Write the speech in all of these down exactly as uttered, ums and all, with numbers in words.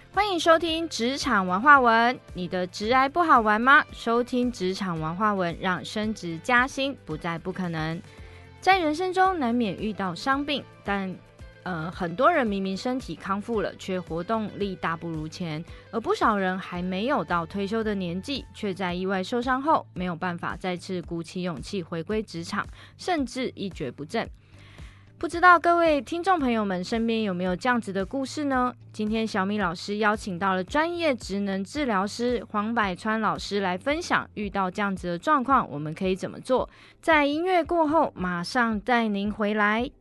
欢迎收听职场玩话文。你的职涯不好玩吗？收听职场玩话文，让升职加薪不再不可能。在人生中难免遇到伤病，但呃，很多人明明身体康复了，却活动力大不如前，而不少人还没有到退休的年纪，却在意外受伤后没有办法再次鼓起勇气回归职场，甚至一蹶不振。不知道各位听众朋友们身边有没有这样子的故事呢？今天小米老师邀请到了专业职能治疗师黄百川老师来分享，遇到这样子的状况我们可以怎么做。在音乐过后马上带您回来。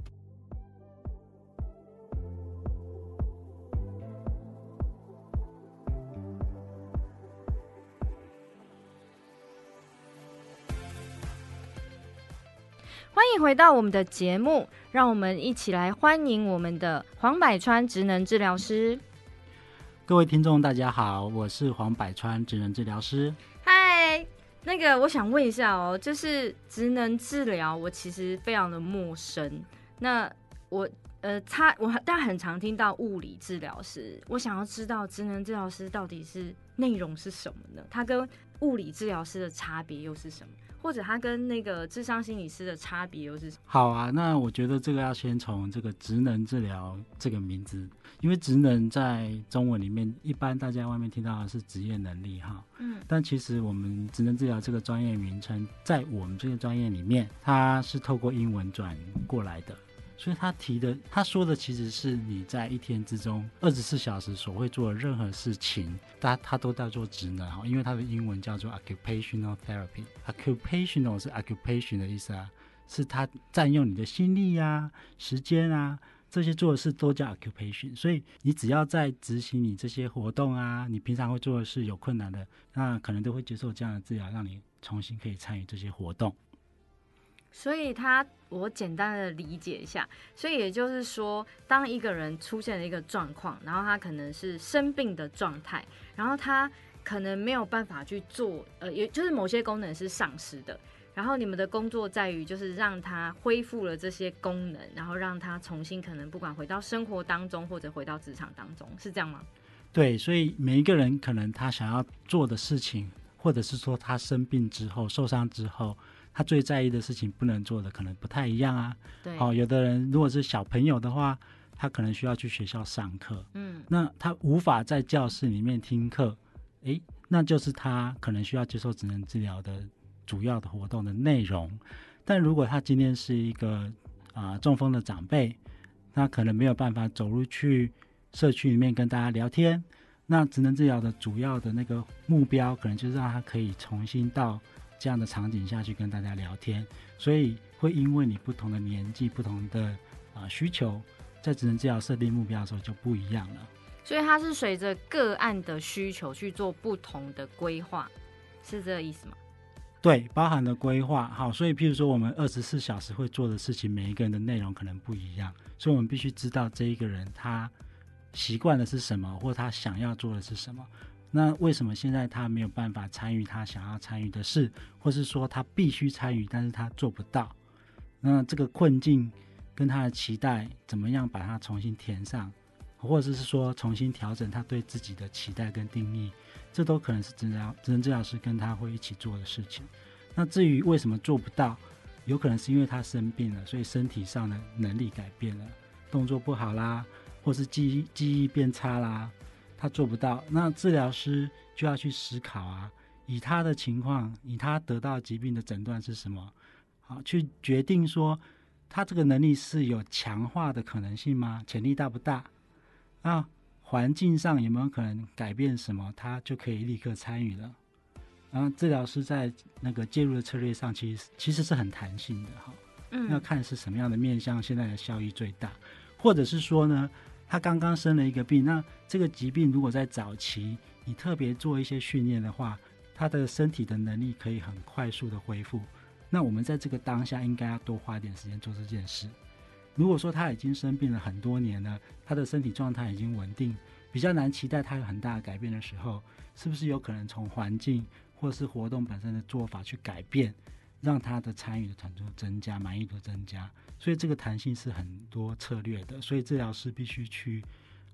欢迎回到我们的节目，让我们一起来欢迎我们的黄百川职能治疗师。 各位听众大家好，我是黄百川职能治疗师。 嗨，那个我想问一下哦，就是职能治疗我其实非常的陌生，那我呃他我但很常听到物理治疗师，我想要知道职能治疗师到底是内容是什么呢？它跟物理治疗师的差别又是什么？或者它跟那个諮商心理师的差别又是什么？ 好啊，那我觉得这个要先从这个职能治疗这个名字，因为职能在中文里面一般大家外面听到的是职业能力哈，嗯，但其实我们职能治疗这个专业名称在我们这个专业里面，它是透过英文转过来的。所以他提的他说的其实是你在一天之中二十四小时所会做的任何事情，他他都叫做职能，因为它的英文叫做 occupational therapy。 occupational 是 occupation 的意思啊，是它占用你的心力啊时间啊，这些做的事都叫 occupation。 所以你只要在执行你这些活动啊，你平常会做的事有困难的，那可能都会接受这样的治疗，让你重新可以参与这些活动。 所以他我简单的理解一下，所以也就是说，当一个人出现了一个状况，然后他可能是生病的状态，然后他可能没有办法去做，呃，也就是某些功能是丧失的，然后你们的工作在于就是让他恢复了这些功能，然后让他重新可能不管回到生活当中或者回到职场当中，是这样吗？ 对，所以每一个人可能他想要做的事情，或者是说他生病之后受伤之后他最在意的事情不能做的可能不太一样啊。 对， 哦，有的人如果是小朋友的话，他可能需要去学校上课，嗯，那他无法在教室里面听课，诶，那就是他可能需要接受职能治疗的主要的活动的内容。但如果他今天是一个啊、呃、中风的长辈，他可能没有办法走入去社区里面跟大家聊天，那职能治疗的主要的那个目标可能就是让他可以重新到这样的场景下去跟大家聊天，所以会因为你不同的年纪不同的、呃、需求，在职能治疗设定目标的时候就不一样了。 所以它是随着个案的需求去做不同的规划，是这个意思吗？ 对，包含了规划。好，所以譬如说我们二十四小时会做的事情，每一个人的内容可能不一样，所以我们必须知道这一个人他习惯的是什么，或他想要做的是什么。那为什么现在他没有办法参与他想要参与的事，或是说他必须参与但是他做不到，那这个困境跟他的期待怎么样把它重新填上，或者是说重新调整他对自己的期待跟定义，这都可能是职能治疗师跟他会一起做的事情。那至于为什么做不到，有可能是因为他生病了，所以身体上的能力改变了，动作不好啦，或是记忆记忆变差啦，他做不到，那治疗师就要去思考啊，以他的情况，以他得到疾病的诊断是什么，好，去决定说他这个能力是有强化的可能性吗？潜力大不大？那环境上有没有可能改变什么，他就可以立刻参与了。然后治疗师在那个介入的策略上，其实其实是很弹性的哈，嗯，要看是什么样的面向，现在的效益最大，或者是说呢，他刚刚生了一个病，那这个疾病如果在早期你特别做一些训练的话，他的身体的能力可以很快速的恢复，那我们在这个当下应该要多花一点时间做这件事。如果说他已经生病了很多年了，他的身体状态已经稳定，比较难期待他有很大的改变的时候，是不是有可能从环境或是活动本身的做法去改变，让他的参与的程度增加，满意度增加。所以这个弹性是很多策略的，所以治疗师必须去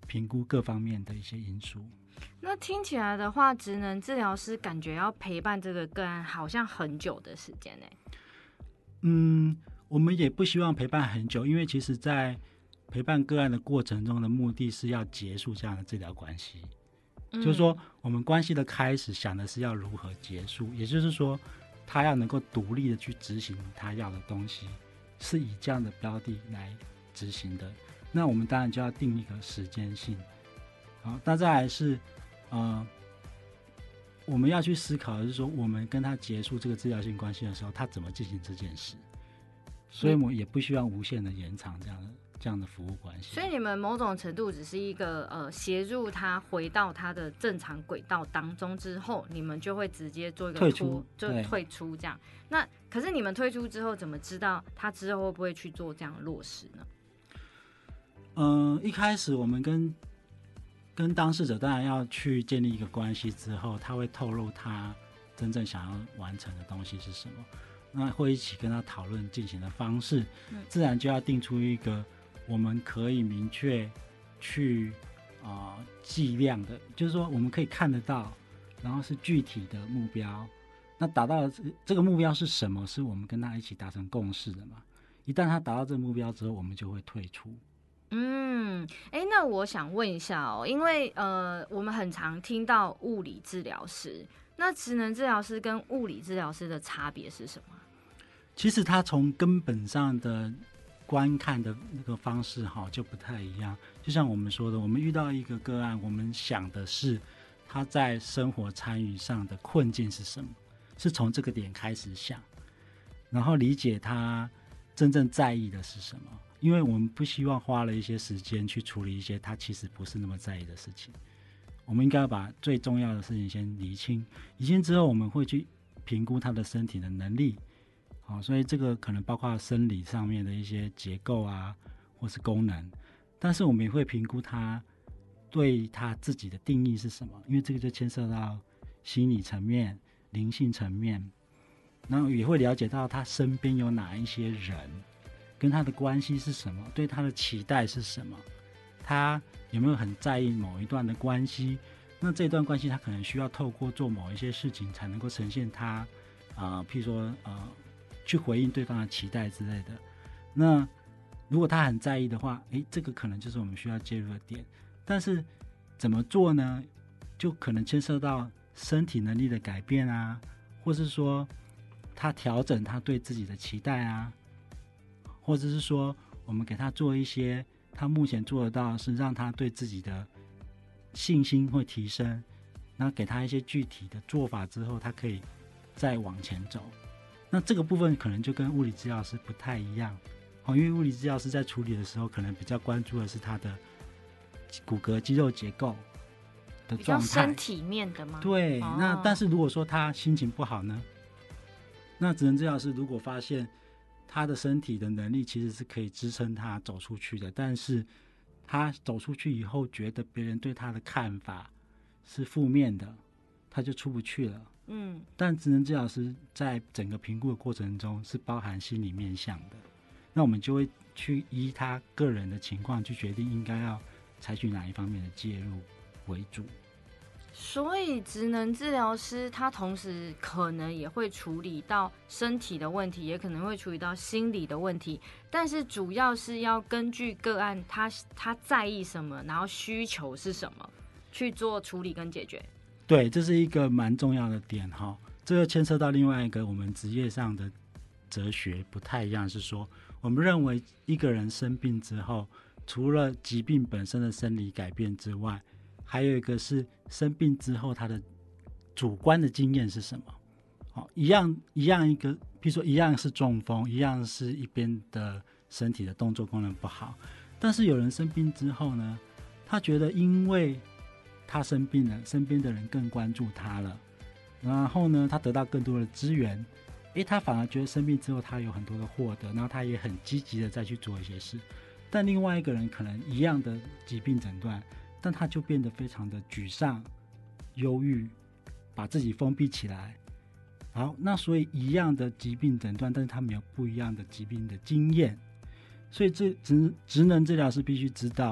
评估各方面的一些因素。 那听起来的话，职能治疗师感觉要陪伴这个个案好像很久的时间呢。 嗯，我们也不希望陪伴很久，因为其实在陪伴个案的过程中的目的是要结束这样的治疗关系、嗯、就是说我们关系的开始想的是要如何结束，也就是说他要能够独立的去执行他要的东西，是以这样的标的来执行的。那我们当然就要定一个时间性。好，那再来是呃，我们要去思考的是说，我们跟他结束这个治疗性关系的时候，他怎么进行这件事。所以我们也不希望无限的延长这样的这样的服务关系。 所以你们某种程度只是一个呃协助他回到他的正常轨道当中之后，你们就会直接做一个退出， 就退出这样。那可是你们退出之后，怎么知道他之后会不会去做这样的落实呢？ 嗯、呃，一开始我们跟跟当事者当然要去建立一个关系之后，他会透露他真正想要完成的东西是什么。那会一起跟他讨论进行的方式、嗯、自然就要定出一个我们可以明确去、呃、计量的，就是说我们可以看得到，然后是具体的目标。那达到这个目标是什么，是我们跟他一起达成共识的嘛。一旦他达到这个目标之后，我们就会退出。 嗯，哎，那我想问一下哦，因为呃，我们很常听到物理治疗师，那职能治疗师跟物理治疗师的差别是什么？ 其实他从根本上的观看的那个方式哈就不太一样。就像我们说的，我们遇到一个个案，我们想的是他在生活参与上的困境是什么，是从这个点开始想，然后理解他真正在意的是什么。因为我们不希望花了一些时间去处理一些他其实不是那么在意的事情，我们应该要把最重要的事情先厘清，厘清之后我们会去评估他的身体的能力。好，所以这个可能包括生理上面的一些结构啊，或是功能，但是我们也会评估他对他自己的定义是什么，因为这个就牵涉到心理层面、灵性层面，然后也会了解到他身边有哪一些人，跟他的关系是什么，对他的期待是什么，他有没有很在意某一段的关系，那这段关系他可能需要透过做某一些事情才能够呈现他呃，譬如说呃去回应对方的期待之类的。那如果他很在意的话，诶，这个可能就是我们需要介入的点。但是怎么做呢？就可能牵涉到身体能力的改变啊，或是说他调整他对自己的期待啊，或者是说我们给他做一些他目前做得到是让他对自己的信心会提升，然后给他一些具体的做法之后，他可以再往前走。那这个部分可能就跟物理治疗师不太一样，因为物理治疗师在处理的时候可能比较关注的是他的骨骼肌肉结构的状态，比较身体面的吗？ 对、哦、那但是如果说他心情不好呢，那职能治疗师如果发现他的身体的能力其实是可以支撑他走出去的，但是他走出去以后觉得别人对他的看法是负面的，他就出不去了。嗯，但职能治疗师在整个评估的过程中是包含心理面向的，那我们就会去依他个人的情况去决定应该要采取哪一方面的介入为主。 所以职能治疗师他同时可能也会处理到身体的问题，也可能会处理到心理的问题，但是主要是要根据个案他他在意什么，然后需求是什么去做处理跟解决。 对，这是一个蛮重要的点哈。这个牵涉到另外一个我们职业上的哲学不太一样，是说我们认为一个人生病之后，除了疾病本身的生理改变之外，还有一个是生病之后他的主观的经验是什么。好，一样一样一个，比如说一样是中风，一样是一边的身体的动作功能不好，但是有人生病之后呢，他觉得因为他生病了，身边的人更关注他了，然后呢他得到更多的资源，诶，他反而觉得生病之后他有很多的获得，然后他也很积极的再去做一些事。但另外一个人可能一样的疾病诊断，但他就变得非常的沮丧、忧郁，把自己封闭起来。好，那所以一样的疾病诊断，但是他们有不一样的疾病的经验，所以这职职能治疗师必须知道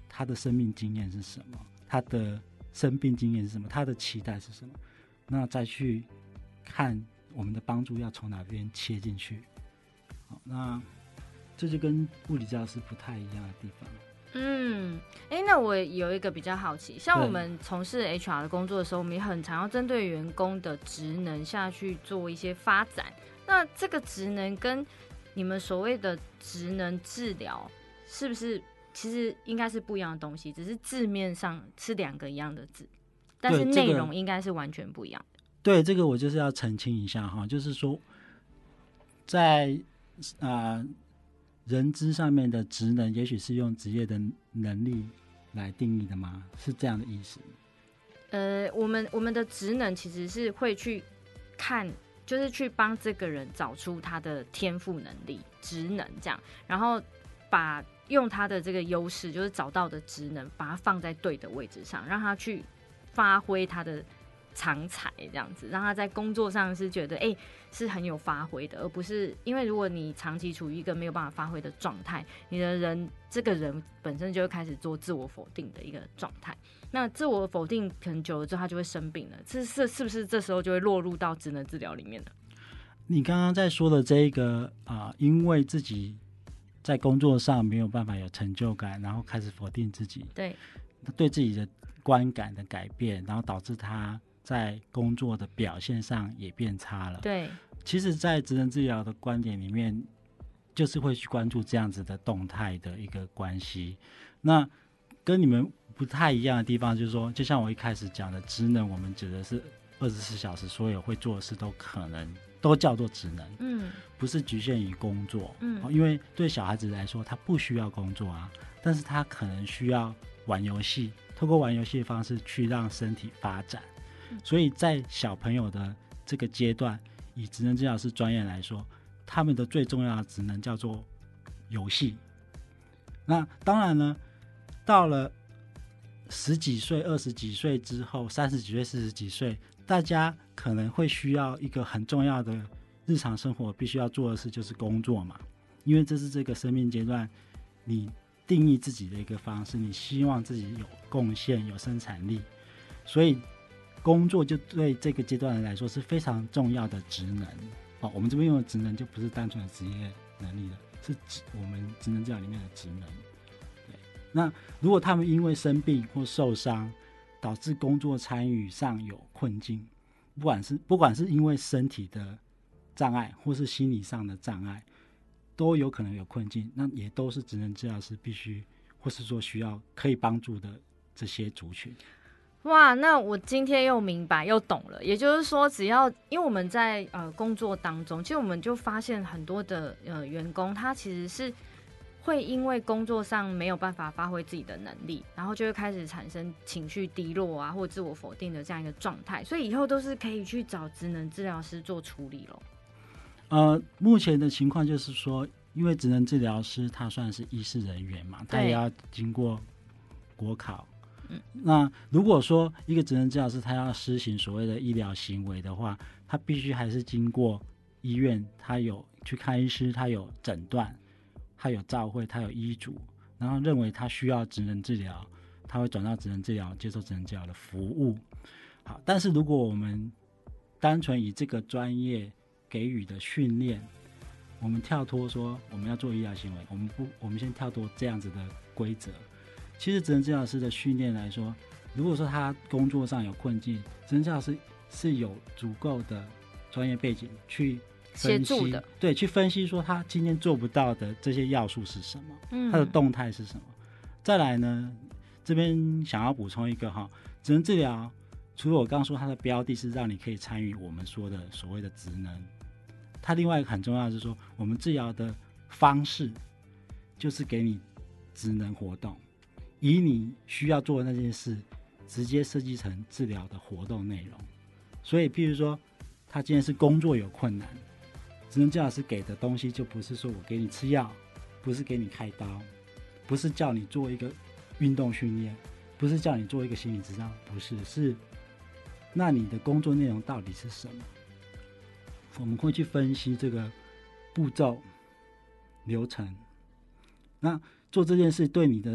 他的生命经验是什么，他的生病经验是什么，他的期待是什么，那再去看我们的帮助要从哪边切进去。好，那这就跟物理治疗师不太一样的地方。 嗯，哎，那我有一个比较好奇，像我们从事 H R 的工作的时候，我们也很常要针对员工的职能下去做一些发展。那这个职能跟你们所谓的职能治疗，是不是其实应该是不一样的东西？只是字面上是两个一样的字，但是内容应该是完全不一样的。 对，这个我就是要澄清一下哈，就是说在啊。呃人资上面的职能，也许是用职业的能力来定义的吗？是这样的意思？ 呃，我们我们的职能其实是会去看，就是去帮这个人找出他的天赋能力、职能这样，然后把用他的这个优势，就是找到的职能，把它放在对的位置上，让他去发挥他的长才，这样子，让他在工作上是觉得哎、欸、是很有发挥的，而不是因为如果你长期处于一个没有办法发挥的状态，你的人这个人本身就会开始做自我否定的一个状态。那自我否定可能久了之后，他就会生病了。这是是不是这时候就会落入到职能治疗里面呢？ 你刚刚在说的这一个啊、呃，因为自己在工作上没有办法有成就感，然后开始否定自己， 对， 对自己的观感的改变，然后导致他在工作的表现上也变差了。 对， 其实在职能治疗的观点里面，就是会去关注这样子的动态的一个关系。那跟你们不太一样的地方就是说，就像我一开始讲的，职能我们指的是二十四小时所有会做的事都可能都叫做职能， 嗯， 不是局限于工作， 嗯， 因为对小孩子来说他不需要工作啊，但是他可能需要玩游戏，透过玩游戏的方式去让身体发展。所以在小朋友的这个阶段，以职能治疗师专业来说，他们的最重要的职能叫做游戏。那当然呢，到了十几岁、二十几岁之后，三十几岁、四十几岁，大家可能会需要一个很重要的日常生活必须要做的事，就是工作嘛。因为这是这个生命阶段你定义自己的一个方式，你希望自己有贡献、有生产力，所以工作就对这个阶段人来说是非常重要的职能。哦，我们这边用的职能就不是单纯的职业能力了，是我们职能治疗里面的职能。对，那如果他们因为生病或受伤，导致工作参与上有困境，不管是不管是因为身体的障碍或是心理上的障碍，都有可能有困境，那也都是职能治疗师必须或是说需要可以帮助的这些族群。 哇，那我今天又明白又懂了。也就是说，只要因为我们在呃工作当中，其实我们就发现很多的呃员工，他其实是会因为工作上没有办法发挥自己的能力，然后就会开始产生情绪低落啊，或自我否定的这样一个状态。所以以后都是可以去找职能治疗师做处理咯。 呃，目前的情况就是说，因为职能治疗师他算是医事人员嘛，他也要经过国考。嗯，那如果说一个职能治疗师他要施行所谓的医疗行为的话，他必须还是经过医院，他有去看医师，他有诊断，他有照会，他有医嘱，然后认为他需要职能治疗，他会转到职能治疗，接受职能治疗的服务。好，但是如果我们单纯以这个专业给予的训练，我们跳脱说我们要做医疗行为，我们不，我们先跳脱这样子的规则。其实职能治疗师的训练来说，如果说他工作上有困境，职能治疗师是有足够的专业背景去分析的，对，去分析说他今天做不到的这些要素是什么，嗯，他的动态是什么。再来呢，这边想要补充一个哈，职能治疗除了我刚刚说它的标的是让你可以参与我们说的所谓的职能，它另外一个很重要的是说，我们治疗的方式就是给你职能活动，以你需要做的那件事直接设计成治疗的活动内容。所以譬如说他今天是工作有困难，职能治疗师给的东西就不是说我给你吃药，不是给你开刀，不是叫你做一个运动训练，不是叫你做一个心理治疗，不是，是那你的工作内容到底是什么。我们会去分析这个步骤流程，那做这件事对你的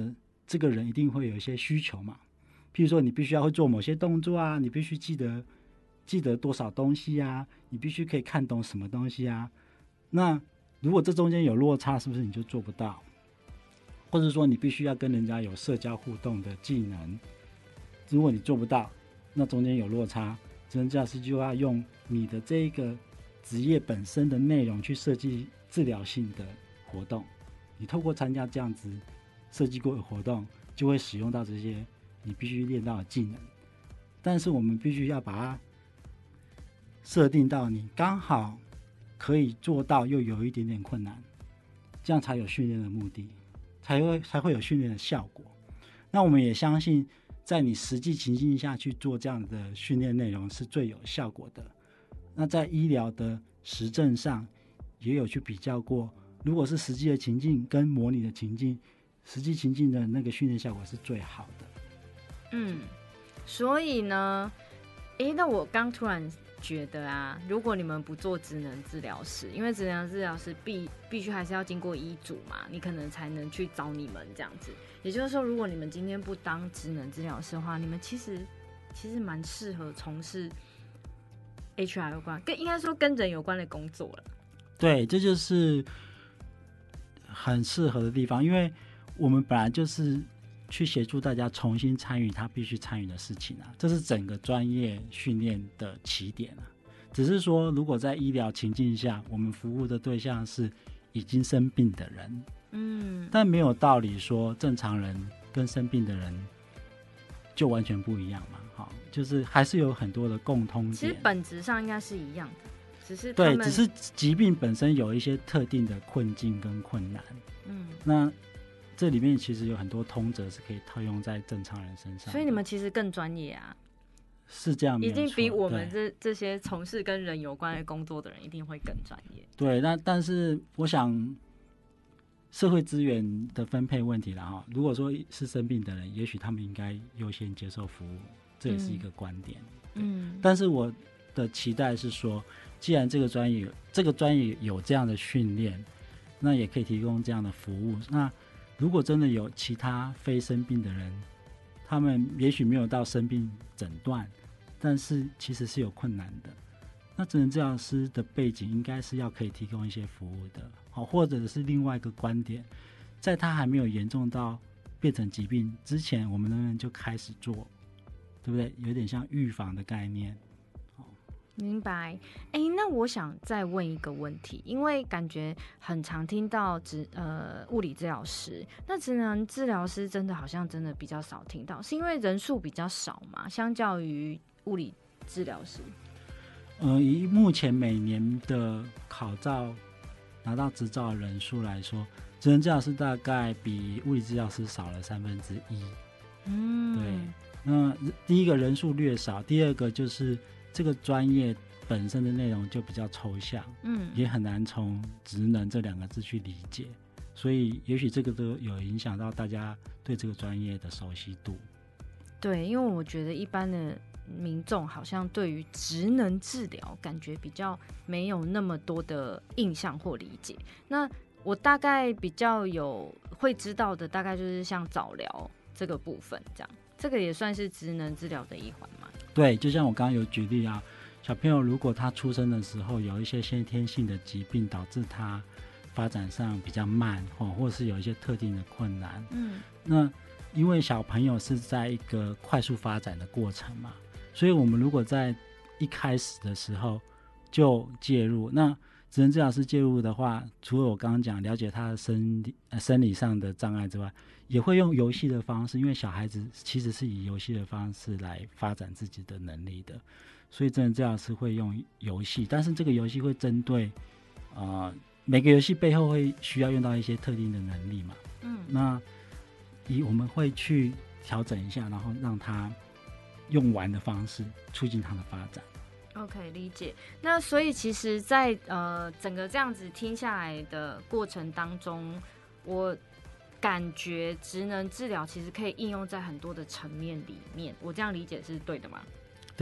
这个人一定会有一些需求嘛，譬如说你必须要会做某些动作啊，你必须记得记得多少东西啊，你必须可以看懂什么东西啊。那如果这中间有落差，是不是你就做不到？或者说你必须要跟人家有社交互动的技能，如果你做不到，那中间有落差，职能治疗师就要用你的这个职业本身的内容去设计治疗性的活动。你透过参加这样子设计过的活动，就会使用到这些你必须练到的技能。但是我们必须要把它设定到你刚好可以做到，又有一点点困难，这样才有训练的目的，才会才会有训练的效果。那我们也相信，在你实际情境下去做这样的训练内容是最有效果的。那在医疗的实证上也有去比较过，如果是实际的情境跟模拟的情境，实际情境的那个训练效果是最好的。 嗯，所以呢，诶，那我刚突然觉得啊，如果你们不做职能治疗师，因为职能治疗师必必须还是要经过医嘱嘛，你可能才能去找你们这样子。也就是说，如果你们今天不当职能治疗师的话，你们其实其实蛮适合从事 H R 有关，跟应该说跟人有关的工作了。 对，这就是很适合的地方，因为我们本来就是去协助大家重新参与他必须参与的事情啊，这是整个专业训练的起点啊。只是说，如果在医疗情境下，我们服务的对象是已经生病的人，嗯，但没有道理说正常人跟生病的人就完全不一样嘛，好，就是还是有很多的共通点。 其实本质上应该是一样的，只是他们对，只是疾病本身有一些特定的困境跟困难，嗯，那这里面其实有很多通则是可以套用在正常人身上， 所以你们其实更专业啊， 是这样， 一定比我们这这些从事跟人有关的工作的人一定会更专业。 对，那但是我想社会资源的分配问题啦哈，如果说是生病的人，也许他们应该优先接受服务，这也是一个观点。嗯，但是我的期待是说，既然这个专业这个专业有这样的训练，那也可以提供这样的服务。那如果真的有其他非生病的人，他们也许没有到生病诊断，但是其实是有困难的，那职能治疗师的背景应该是要可以提供一些服务的，好，或者是另外一个观点，在他还没有严重到变成疾病之前，我们能不能就开始做，对不对？有点像预防的概念。 明白。哎，那我想再问一个问题，因为感觉很常听到职呃物理治疗师，那职能治疗师真的好像真的比较少听到，是因为人数比较少嘛？相较于物理治疗师， 呃，以目前每年的考照拿到执照的人数来说，职能治疗师大概比物理治疗师少了三分之一。嗯，对。那第一个人数略少，第二个就是这个专业本身的内容就比较抽象，嗯，也很难从职能这两个字去理解，所以也许这个都有影响到大家对这个专业的熟悉度。 对，因为我觉得一般的民众好像对于职能治疗感觉比较没有那么多的印象或理解。那我大概比较有会知道的，大概就是像早疗这个部分，这样，这个也算是职能治疗的一环嘛。 对，就像我刚刚有举例啊，小朋友如果他出生的时候有一些先天性的疾病，导致他发展上比较慢，或是有一些特定的困难，嗯，那因为小朋友是在一个快速发展的过程嘛，所以我们如果在一开始的时候就介入，那职能治疗师介入的话，除了我刚刚讲了解他的生理、呃、生理上的障碍之外，也会用游戏的方式，因为小孩子其实是以游戏的方式来发展自己的能力的，所以职能治疗师会用游戏，但是这个游戏会针对呃每个游戏背后会需要用到一些特定的能力嘛，嗯，那以我们会去调整一下，然后让他用玩的方式促进他的发展。 OK， 理解。那所以其实在，在呃整个这样子听下来的过程当中，我感觉职能治疗其实可以应用在很多的层面里面。我这样理解是对的吗？ 对。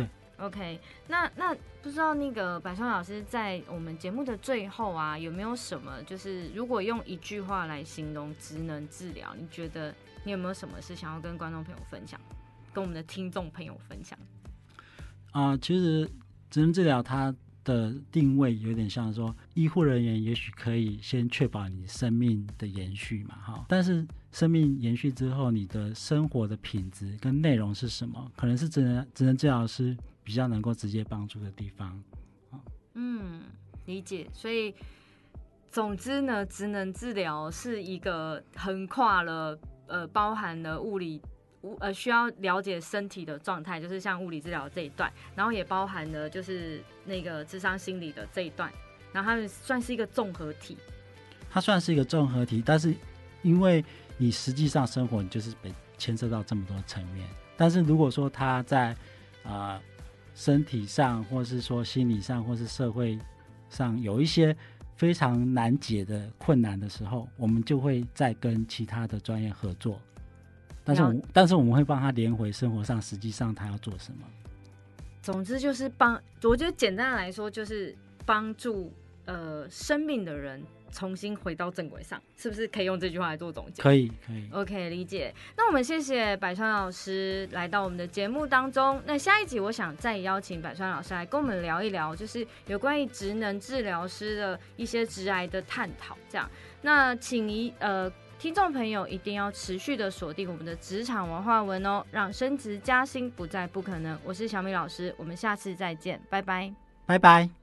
OK， 那那不知道那个百川老师在我们节目的最后啊，有没有什么就是如果用一句话来形容职能治疗，你觉得你有没有什么是想要跟观众朋友分享，跟我们的听众朋友分享？ 啊、呃，其实职能治疗它的定位有点像说，医护人员也许可以先确保你生命的延续嘛，哈，但是生命延续之后，你的生活的品质跟内容是什么，可能是职能职能治疗师比较能够直接帮助的地方。 嗯，理解。所以总之呢，职能治疗是一个横跨了呃，包含了物理。呃，需要了解身体的状态，就是像物理治疗这一段，然后也包含了就是那个諮商心理的这一段，然后它算是一个综合体。 它算是一个综合体，但是因为你实际上生活，你就是被牵涉到这么多层面。但是如果说他在呃身体上，或是说心理上，或是社会上有一些非常难解的困难的时候，我们就会再跟其他的专业合作。但是我们但是我们会帮他连回生活上实际上他要做什么。 总之就是帮，我觉得简单的来说就是帮助呃生命的人重新回到正轨上，是不是可以用这句话来做总结？ 可以可以 OK， 理解。那我们谢谢百川老师来到我们的节目当中。那下一集我想再邀请百川老师来跟我们聊一聊，就是有关于职能治疗师的一些职涯的探讨。这样，那请一呃。听众朋友一定要持续的锁定我们的职场文化文哦，让升职加薪不再不可能。我是小米老师，我们下次再见，拜拜， 拜拜。